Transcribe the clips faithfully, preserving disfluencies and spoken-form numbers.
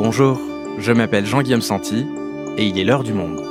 Bonjour, je m'appelle Jean-Guillaume Santi et il est l'heure du monde.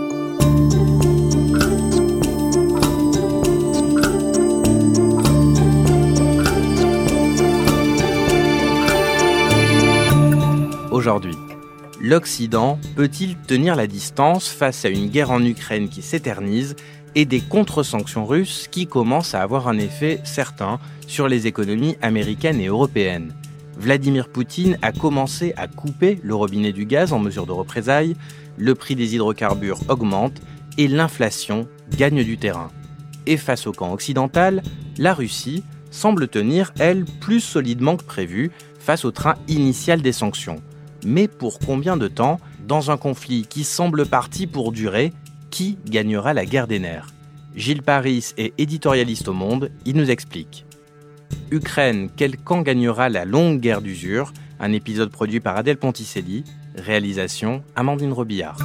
Aujourd'hui, l'Occident peut-il tenir la distance face à une guerre en Ukraine qui s'éternise et des contre-sanctions russes qui commencent à avoir un effet certain sur les économies américaines et européennes? Vladimir Poutine a commencé à couper le robinet du gaz en mesure de représailles, le prix des hydrocarbures augmente et l'inflation gagne du terrain. Et face au camp occidental, la Russie semble tenir, elle, plus solidement que prévu face au train initial des sanctions. Mais pour combien de temps, dans un conflit qui semble parti pour durer, qui gagnera la guerre des nerfs? Gilles Paris est éditorialiste au Monde, il nous explique. Ukraine, quel camp gagnera la longue guerre d'usure? Un épisode produit par Adèle Ponticelli, réalisation Amandine Robillard.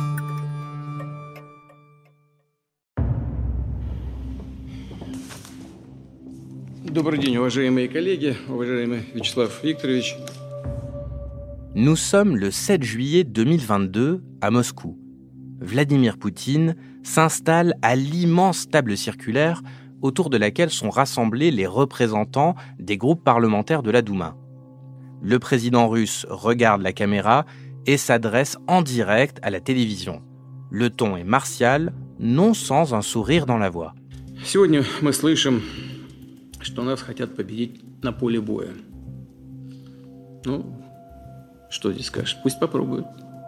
Добрый день, уважаемые коллеги, уважаемый Вячеслав Викторович. Nous sommes le sept juillet deux mille vingt-deux à Moscou. Vladimir Poutine s'installe à l'immense table circulaire autour de laquelle sont rassemblés les représentants des groupes parlementaires de la Douma. Le président russe regarde la caméra et s'adresse en direct à la télévision. Le ton est martial, non sans un sourire dans la voix. Сегодня мы слышим, что нас хотят победить на поле боя. Ну, что здесь скажешь? Пусть попробуют.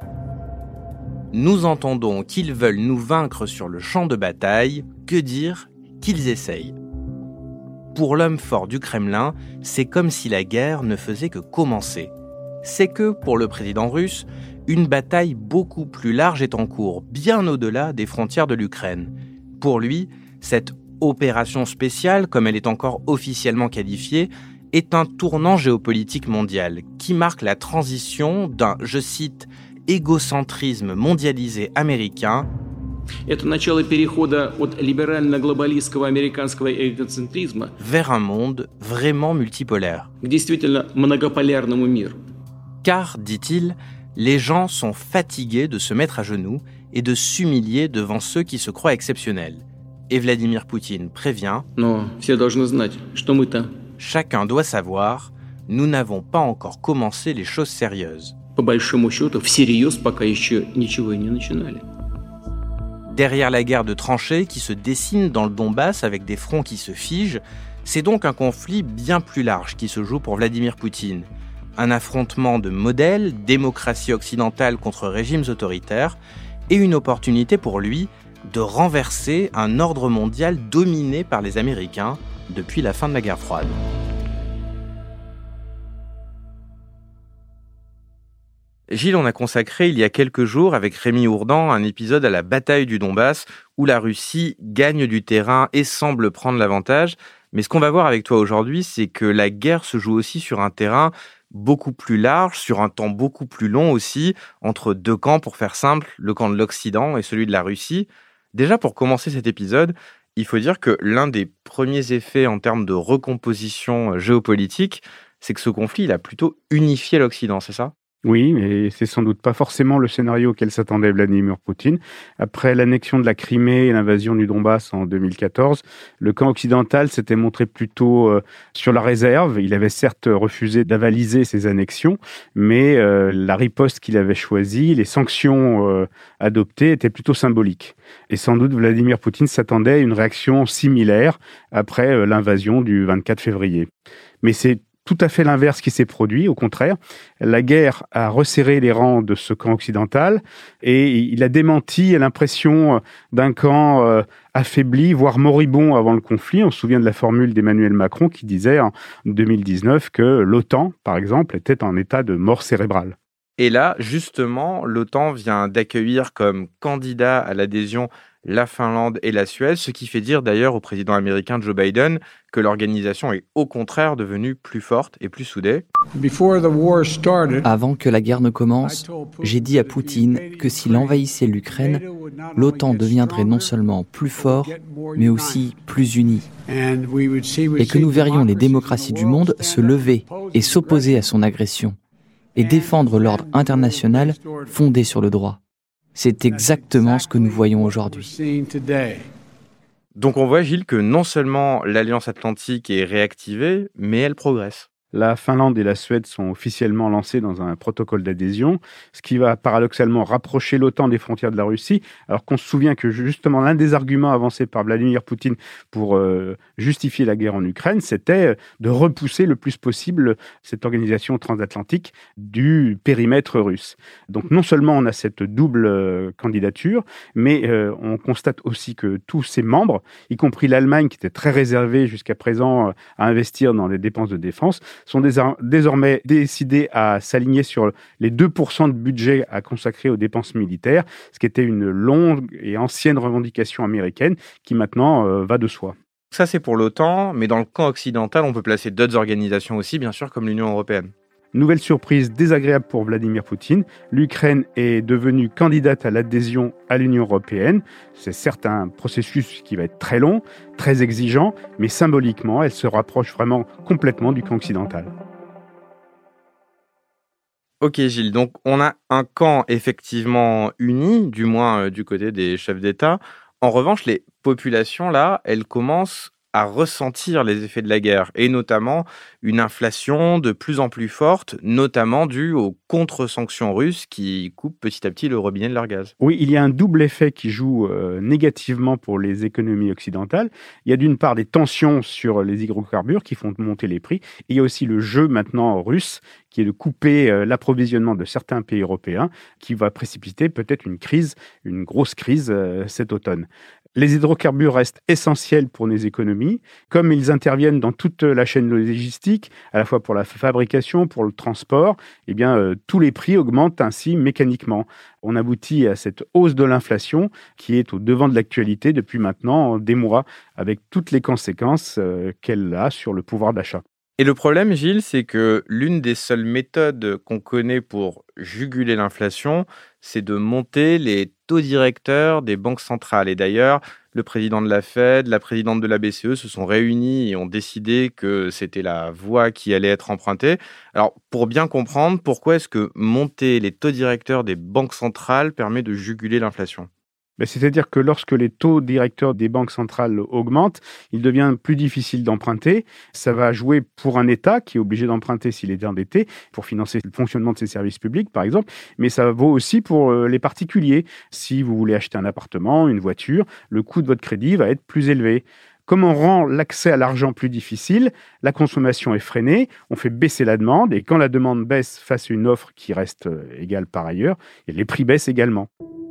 Nous entendons qu'ils veulent nous vaincre sur le champ de bataille. Que dire? Qu'ils essayent. Pour l'homme fort du Kremlin, c'est comme si la guerre ne faisait que commencer. C'est que, pour le président russe, une bataille beaucoup plus large est en cours, bien au-delà des frontières de l'Ukraine. Pour lui, cette opération spéciale, comme elle est encore officiellement qualifiée, est un tournant géopolitique mondial qui marque la transition d'un, je cite, égocentrisme mondialisé américain Это начало перехода от либерально-глобалистского американского эгоцентризма vers un monde vraiment multipolaire. к действительно многополярному миру. Car, dit-il, les gens sont fatigués de se mettre à genoux et de s'humilier devant ceux qui se croient exceptionnels. Et Vladimir Poutine prévient Но все должны знать, что мы-то, chacun doit savoir, nous n'avons pas encore commencé les choses sérieuses. по большому счету, всерьез пока еще ничего и не начинали. Derrière la guerre de tranchées qui se dessine dans le Donbass avec des fronts qui se figent, c'est donc un conflit bien plus large qui se joue pour Vladimir Poutine. Un affrontement de modèles, démocratie occidentale contre régimes autoritaires, et une opportunité pour lui de renverser un ordre mondial dominé par les Américains depuis la fin de la guerre froide. Gilles, on a consacré il y a quelques jours avec Rémi Ourdan un épisode à la bataille du Donbass où la Russie gagne du terrain et semble prendre l'avantage. Mais ce qu'on va voir avec toi aujourd'hui, c'est que la guerre se joue aussi sur un terrain beaucoup plus large, sur un temps beaucoup plus long aussi, entre deux camps, pour faire simple, le camp de l'Occident et celui de la Russie. Déjà, pour commencer cet épisode, il faut dire que l'un des premiers effets en termes de recomposition géopolitique, c'est que ce conflit, il a plutôt unifié l'Occident, c'est ça ? Oui, mais c'est sans doute pas forcément le scénario auquel s'attendait Vladimir Poutine. Après l'annexion de la Crimée et l'invasion du Donbass en deux mille quatorze, le camp occidental s'était montré plutôt euh, sur la réserve. Il avait certes refusé d'avaliser ces annexions, mais euh, la riposte qu'il avait choisie, les sanctions euh, adoptées étaient plutôt symboliques. Et sans doute Vladimir Poutine s'attendait à une réaction similaire après euh, l'invasion du vingt-quatre février. Mais c'est tout à fait l'inverse qui s'est produit, au contraire. La guerre a resserré les rangs de ce camp occidental et il a démenti l'impression d'un camp euh, affaibli, voire moribond avant le conflit. On se souvient de la formule d'Emmanuel Macron qui disait en deux mille dix-neuf que l'OTAN, par exemple, était en état de mort cérébrale. Et là, justement, l'OTAN vient d'accueillir comme candidat à l'adhésion la Finlande et la Suède, ce qui fait dire d'ailleurs au président américain Joe Biden que l'organisation est au contraire devenue plus forte et plus soudée. Avant que la guerre ne commence, j'ai dit à Poutine que s'il envahissait l'Ukraine, l'OTAN deviendrait non seulement plus fort, mais aussi plus uni, et que nous verrions les démocraties du monde se lever et s'opposer à son agression. et défendre l'ordre international fondé sur le droit. C'est exactement ce que nous voyons aujourd'hui. Donc on voit, Gilles, que non seulement l'Alliance Atlantique est réactivée, mais elle progresse. La Finlande et la Suède sont officiellement lancées dans un protocole d'adhésion, ce qui va paradoxalement rapprocher l'OTAN des frontières de la Russie, alors qu'on se souvient que justement l'un des arguments avancés par Vladimir Poutine pour euh, justifier la guerre en Ukraine, c'était de repousser le plus possible cette organisation transatlantique du périmètre russe. Donc non seulement on a cette double euh, candidature, mais euh, on constate aussi que tous ses membres, y compris l'Allemagne qui était très réservée jusqu'à présent euh, à investir dans les dépenses de défense, sont désormais décidés à s'aligner sur les deux pour cent de budget à consacrer aux dépenses militaires, ce qui était une longue et ancienne revendication américaine qui maintenant euh, va de soi. Ça, c'est pour l'OTAN, mais dans le camp occidental, on peut placer d'autres organisations aussi, bien sûr, comme l'Union européenne. Nouvelle surprise désagréable pour Vladimir Poutine, l'Ukraine est devenue candidate à l'adhésion à l'Union européenne. C'est certes un processus qui va être très long, très exigeant, mais symboliquement, elle se rapproche vraiment complètement du camp occidental. Ok Gilles, donc on a un camp effectivement uni, du moins euh, du côté des chefs d'État. En revanche, les populations, là, elles commencent à ressentir les effets de la guerre, et notamment une inflation de plus en plus forte, notamment due aux contre-sanctions russes qui coupent petit à petit le robinet de leur gaz. Oui, il y a un double effet qui joue euh, négativement pour les économies occidentales. Il y a d'une part des tensions sur les hydrocarbures qui font monter les prix, et il y a aussi le jeu maintenant russe qui est de couper euh, l'approvisionnement de certains pays européens, qui va précipiter peut-être une crise, une grosse crise euh, cet automne. Les hydrocarbures restent essentiels pour nos économies, comme ils interviennent dans toute la chaîne logistique, à la fois pour la fabrication, pour le transport, eh bien, euh, tous les prix augmentent ainsi mécaniquement. On aboutit à cette hausse de l'inflation qui est au devant de l'actualité depuis maintenant des mois, avec toutes les conséquences euh, qu'elle a sur le pouvoir d'achat. Et le problème, Gilles, c'est que l'une des seules méthodes qu'on connaît pour juguler l'inflation, c'est de monter les taux directeurs des banques centrales. Et d'ailleurs, le président de la Fed, la présidente de la B C E se sont réunis et ont décidé que c'était la voie qui allait être empruntée. Alors, pour bien comprendre, pourquoi est-ce que monter les taux directeurs des banques centrales permet de juguler l'inflation ? Ben, c'est-à-dire que lorsque les taux directeurs des banques centrales augmentent, il devient plus difficile d'emprunter. Ça va jouer pour un État qui est obligé d'emprunter s'il est endetté pour financer le fonctionnement de ses services publics, par exemple. Mais ça vaut aussi pour les particuliers. Si vous voulez acheter un appartement, une voiture, le coût de votre crédit va être plus élevé. Comme on rend l'accès à l'argent plus difficile, la consommation est freinée, on fait baisser la demande, et quand la demande baisse face à une offre qui reste égale par ailleurs, et les prix baissent également.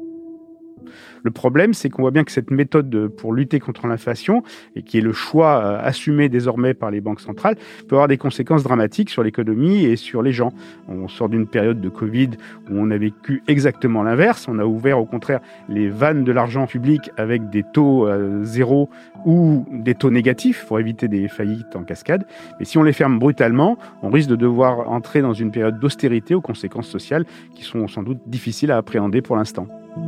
Le problème, c'est qu'on voit bien que cette méthode pour lutter contre l'inflation, et qui est le choix assumé désormais par les banques centrales, peut avoir des conséquences dramatiques sur l'économie et sur les gens. On sort d'une période de Covid où on a vécu exactement l'inverse. On a ouvert au contraire les vannes de l'argent public avec des taux euh, zéro ou des taux négatifs pour éviter des faillites en cascade. Mais si on les ferme brutalement, on risque de devoir entrer dans une période d'austérité aux conséquences sociales qui sont sans doute difficiles à appréhender pour l'instant.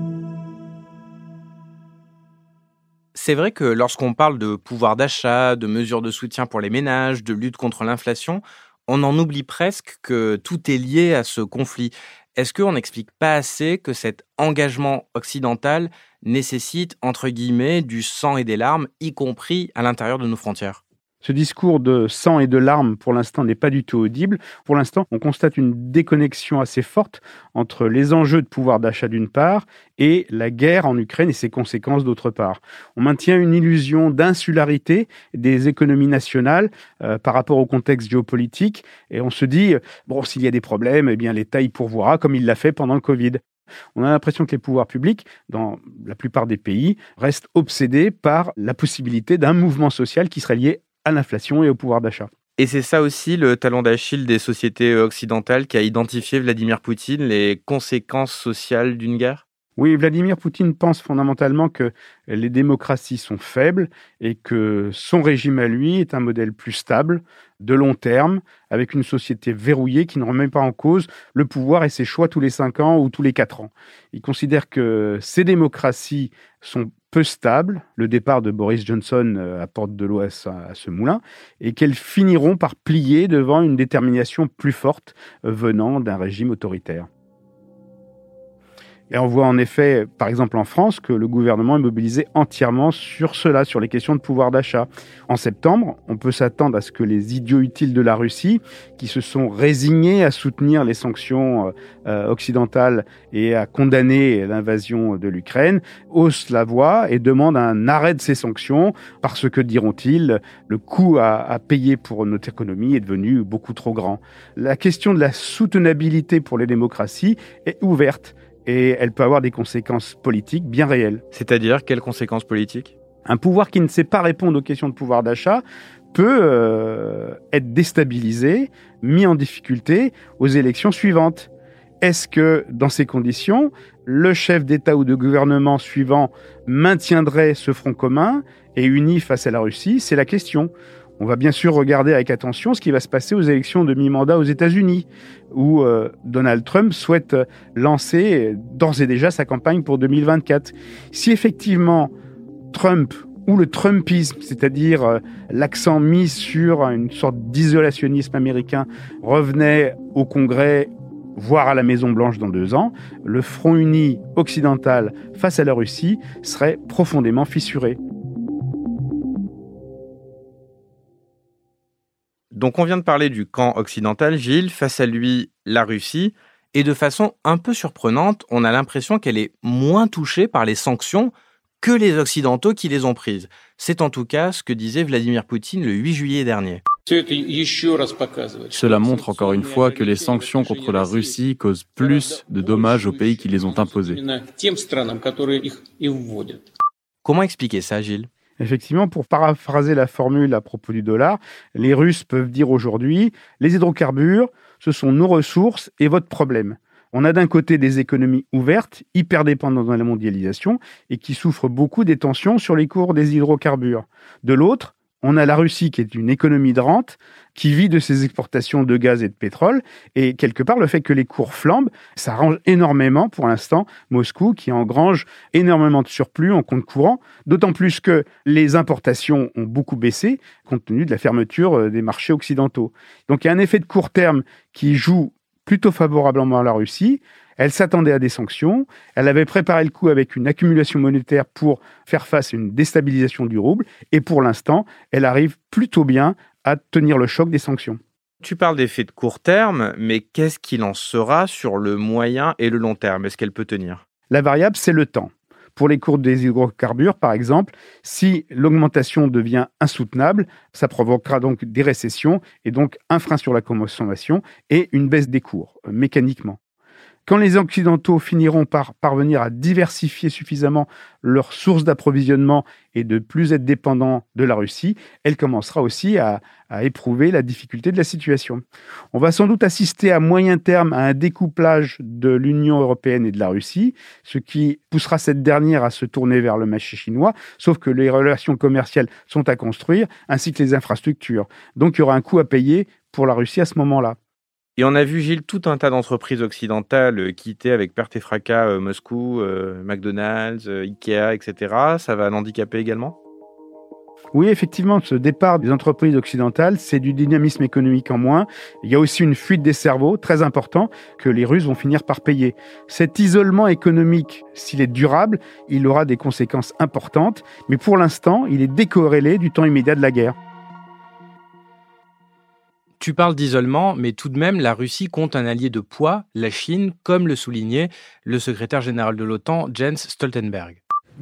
C'est vrai que lorsqu'on parle de pouvoir d'achat, de mesures de soutien pour les ménages, de lutte contre l'inflation, on en oublie presque que tout est lié à ce conflit. Est-ce qu'on n'explique pas assez que cet engagement occidental nécessite, entre guillemets, du sang et des larmes, y compris à l'intérieur de nos frontières ? Ce discours de sang et de larmes, pour l'instant, n'est pas du tout audible. Pour l'instant, on constate une déconnexion assez forte entre les enjeux de pouvoir d'achat d'une part et la guerre en Ukraine et ses conséquences d'autre part. On maintient une illusion d'insularité des économies nationales euh, par rapport au contexte géopolitique et on se dit, bon, s'il y a des problèmes, eh bien, l'État y pourvoira comme il l'a fait pendant le Covid. On a l'impression que les pouvoirs publics, dans la plupart des pays, restent obsédés par la possibilité d'un mouvement social qui serait lié à l'inflation et au pouvoir d'achat. Et c'est ça aussi le talon d'Achille des sociétés occidentales qui a identifié Vladimir Poutine, les conséquences sociales d'une guerre ? Oui, Vladimir Poutine pense fondamentalement que les démocraties sont faibles et que son régime à lui est un modèle plus stable, de long terme, avec une société verrouillée qui ne remet pas en cause le pouvoir et ses choix tous les cinq ans ou tous les quatre ans. Il considère que ces démocraties sont peu stables, le départ de Boris Johnson apporte de l'eau à ce moulin, et qu'elles finiront par plier devant une détermination plus forte venant d'un régime autoritaire. Et on voit en effet, par exemple en France, que le gouvernement est mobilisé entièrement sur cela, sur les questions de pouvoir d'achat. En septembre, on peut s'attendre à ce que les idiots utiles de la Russie, qui se sont résignés à soutenir les sanctions euh, occidentales et à condamner l'invasion de l'Ukraine, haussent la voix et demandent un arrêt de ces sanctions parce que, diront-ils, le coût à, à payer pour notre économie est devenu beaucoup trop grand. La question de la soutenabilité pour les démocraties est ouverte. Et elle peut avoir des conséquences politiques bien réelles. C'est-à-dire, quelles conséquences politiques ? Un pouvoir qui ne sait pas répondre aux questions de pouvoir d'achat peut euh, être déstabilisé, mis en difficulté aux élections suivantes. Est-ce que, dans ces conditions, le chef d'État ou de gouvernement suivant maintiendrait ce front commun et uni face à la Russie ? C'est la question. On va bien sûr regarder avec attention ce qui va se passer aux élections de mi-mandat aux États-Unis, où euh, Donald Trump souhaite lancer d'ores et déjà sa campagne pour deux mille vingt-quatre. Si effectivement Trump ou le Trumpisme, c'est-à-dire euh, l'accent mis sur une sorte d'isolationnisme américain, revenait au Congrès, voire à la Maison-Blanche dans deux ans, le front uni occidental face à la Russie serait profondément fissuré. Donc on vient de parler du camp occidental, Gilles, face à lui la Russie, et de façon un peu surprenante, on a l'impression qu'elle est moins touchée par les sanctions que les Occidentaux qui les ont prises. C'est en tout cas ce que disait Vladimir Poutine le huit juillet dernier. Cela montre encore une fois que les sanctions contre la Russie causent plus de dommages aux pays qui les ont imposées. Comment expliquer ça, Gilles ? Effectivement, pour paraphraser la formule à propos du dollar, les Russes peuvent dire aujourd'hui « les hydrocarbures, ce sont nos ressources et votre problème ». On a d'un côté des économies ouvertes, hyper dépendantes dans la mondialisation et qui souffrent beaucoup des tensions sur les cours des hydrocarbures. De l'autre, on a la Russie qui est une économie de rente, qui vit de ses exportations de gaz et de pétrole. Et quelque part, le fait que les cours flambent, ça arrange énormément, pour l'instant, Moscou, qui engrange énormément de surplus en compte courant, d'autant plus que les importations ont beaucoup baissé, compte tenu de la fermeture des marchés occidentaux. Donc il y a un effet de court terme qui joue plutôt favorablement à la Russie. Elle s'attendait à des sanctions, elle avait préparé le coup avec une accumulation monétaire pour faire face à une déstabilisation du rouble, et pour l'instant, elle arrive plutôt bien à tenir le choc des sanctions. Tu parles d'effet de court terme, mais qu'est-ce qu'il en sera sur le moyen et le long terme ? Est-ce qu'elle peut tenir ? La variable, c'est le temps. Pour les cours des hydrocarbures, par exemple, si l'augmentation devient insoutenable, ça provoquera donc des récessions et donc un frein sur la consommation et une baisse des cours, euh, mécaniquement. Quand les Occidentaux finiront par parvenir à diversifier suffisamment leurs sources d'approvisionnement et de plus être dépendants de la Russie, elle commencera aussi à, à éprouver la difficulté de la situation. On va sans doute assister à moyen terme à un découplage de l'Union européenne et de la Russie, ce qui poussera cette dernière à se tourner vers le marché chinois, sauf que les relations commerciales sont à construire, ainsi que les infrastructures. Donc il y aura un coût à payer pour la Russie à ce moment-là. Et on a vu, Gilles, tout un tas d'entreprises occidentales quitter avec perte et fracas euh, Moscou, euh, McDonald's, euh, Ikea, et cetera. Ça va l'handicaper également ? Oui, effectivement, ce départ des entreprises occidentales, c'est du dynamisme économique en moins. Il y a aussi une fuite des cerveaux, très important, que les Russes vont finir par payer. Cet isolement économique, s'il est durable, il aura des conséquences importantes, mais pour l'instant, il est décorrélé du temps immédiat de la guerre. Tu parles d'isolement, mais tout de même, la Russie compte un allié de poids, la Chine, comme le soulignait le secrétaire général de l'OTAN, Jens Stoltenberg.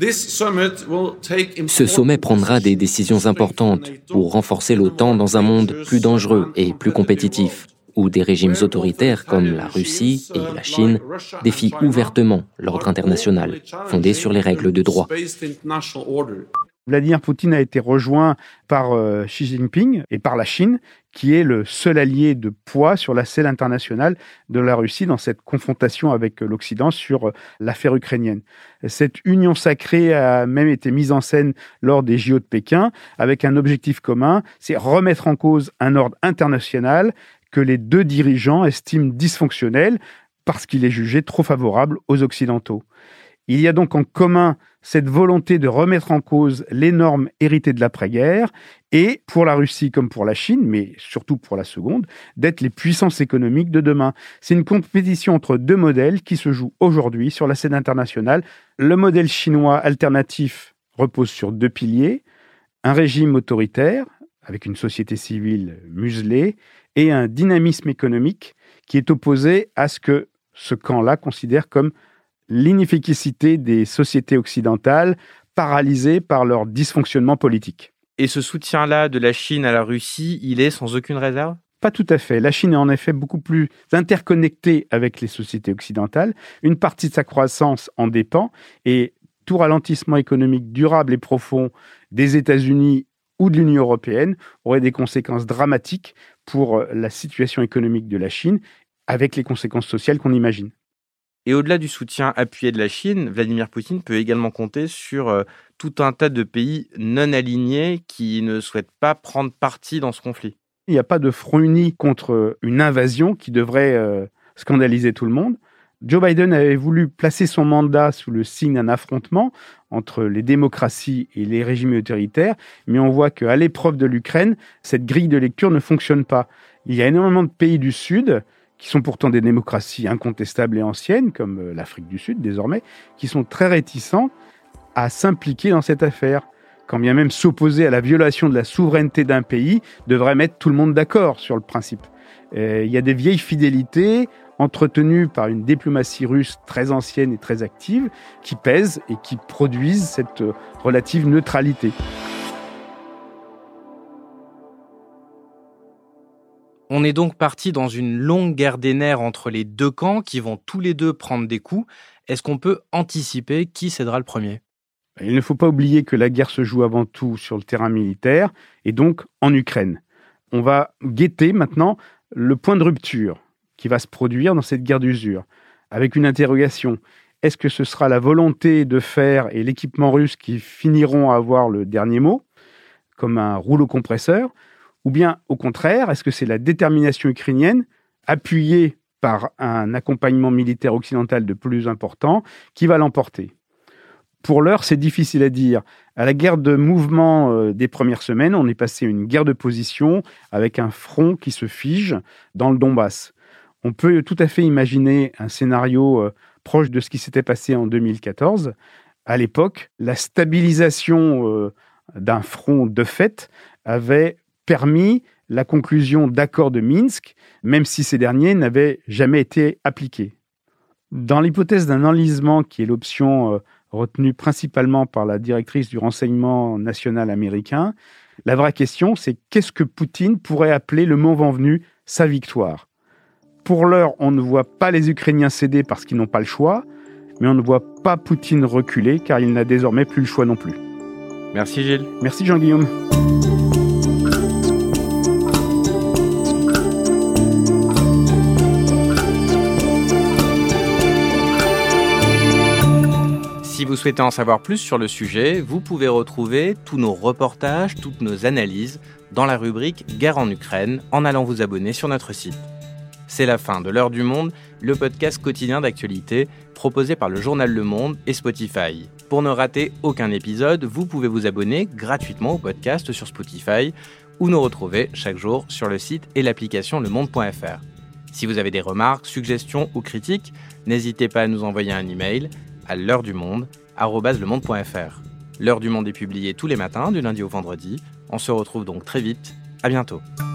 Ce sommet prendra des décisions importantes pour renforcer l'OTAN dans un monde plus dangereux et plus compétitif, où des régimes autoritaires comme la Russie et la Chine défient ouvertement l'ordre international, fondé sur les règles de droit. Vladimir Poutine a été rejoint par euh, Xi Jinping et par la Chine, qui est le seul allié de poids sur la scène internationale de la Russie dans cette confrontation avec l'Occident sur euh, l'affaire ukrainienne. Cette union sacrée a même été mise en scène lors des J O de Pékin avec un objectif commun, c'est remettre en cause un ordre international que les deux dirigeants estiment dysfonctionnel parce qu'il est jugé trop favorable aux Occidentaux. Il y a donc en commun cette volonté de remettre en cause les normes héritées de l'après-guerre et, pour la Russie comme pour la Chine, mais surtout pour la seconde, d'être les puissances économiques de demain. C'est une compétition entre deux modèles qui se joue aujourd'hui sur la scène internationale. Le modèle chinois alternatif repose sur deux piliers, un régime autoritaire, avec une société civile muselée, et un dynamisme économique qui est opposé à ce que ce camp-là considère comme l'inefficacité des sociétés occidentales paralysées par leur dysfonctionnement politique. Et ce soutien-là de la Chine à la Russie, il est sans aucune réserve ? Pas tout à fait. La Chine est en effet beaucoup plus interconnectée avec les sociétés occidentales. Une partie de sa croissance en dépend et tout ralentissement économique durable et profond des États-Unis ou de l'Union européenne aurait des conséquences dramatiques pour la situation économique de la Chine avec les conséquences sociales qu'on imagine. Et au-delà du soutien appuyé de la Chine, Vladimir Poutine peut également compter sur euh, tout un tas de pays non alignés qui ne souhaitent pas prendre parti dans ce conflit. Il n'y a pas de front uni contre une invasion qui devrait euh, scandaliser tout le monde. Joe Biden avait voulu placer son mandat sous le signe d'un affrontement entre les démocraties et les régimes autoritaires, mais on voit qu'à l'épreuve de l'Ukraine, cette grille de lecture ne fonctionne pas. Il y a énormément de pays du Sud qui sont pourtant des démocraties incontestables et anciennes, comme l'Afrique du Sud désormais, qui sont très réticents à s'impliquer dans cette affaire. Quand bien même s'opposer à la violation de la souveraineté d'un pays devrait mettre tout le monde d'accord sur le principe. Euh, il y a des vieilles fidélités entretenues par une diplomatie russe très ancienne et très active qui pèsent et qui produisent cette relative neutralité. On est donc parti dans une longue guerre des nerfs entre les deux camps qui vont tous les deux prendre des coups. Est-ce qu'on peut anticiper qui cédera le premier ? Il ne faut pas oublier que la guerre se joue avant tout sur le terrain militaire et donc en Ukraine. On va guetter maintenant le point de rupture qui va se produire dans cette guerre d'usure avec une interrogation. Est-ce que ce sera la volonté de fer et l'équipement russe qui finiront à avoir le dernier mot, comme un rouleau compresseur ? Ou bien, au contraire, est-ce que c'est la détermination ukrainienne, appuyée par un accompagnement militaire occidental de plus important, qui va l'emporter ? Pour l'heure, c'est difficile à dire. À la guerre de mouvement euh, des premières semaines, on est passé à une guerre de position avec un front qui se fige dans le Donbass. On peut tout à fait imaginer un scénario euh, proche de ce qui s'était passé en deux mille quatorze. À l'époque, la stabilisation euh, d'un front de fait avait permis la conclusion d'accords de Minsk, même si ces derniers n'avaient jamais été appliqués. Dans l'hypothèse d'un enlisement, qui est l'option euh, retenue principalement par la directrice du renseignement national américain, la vraie question, c'est qu'est-ce que Poutine pourrait appeler le moment venu sa victoire ? Pour l'heure, on ne voit pas les Ukrainiens céder parce qu'ils n'ont pas le choix, mais on ne voit pas Poutine reculer car il n'a désormais plus le choix non plus. Merci Gilles. Merci Jean-Guillaume. Si vous souhaitez en savoir plus sur le sujet, vous pouvez retrouver tous nos reportages, toutes nos analyses dans la rubrique « Guerre en Ukraine » en allant vous abonner sur notre site. C'est la fin de l'Heure du Monde, le podcast quotidien d'actualité proposé par le journal Le Monde et Spotify. Pour ne rater aucun épisode, vous pouvez vous abonner gratuitement au podcast sur Spotify ou nous retrouver chaque jour sur le site et l'application lemonde point f r. Si vous avez des remarques, suggestions ou critiques, n'hésitez pas à nous envoyer un email à l'heure du monde arobase lemonde point f r. L'Heure du Monde est publiée tous les matins, du lundi au vendredi. On se retrouve donc très vite. À bientôt.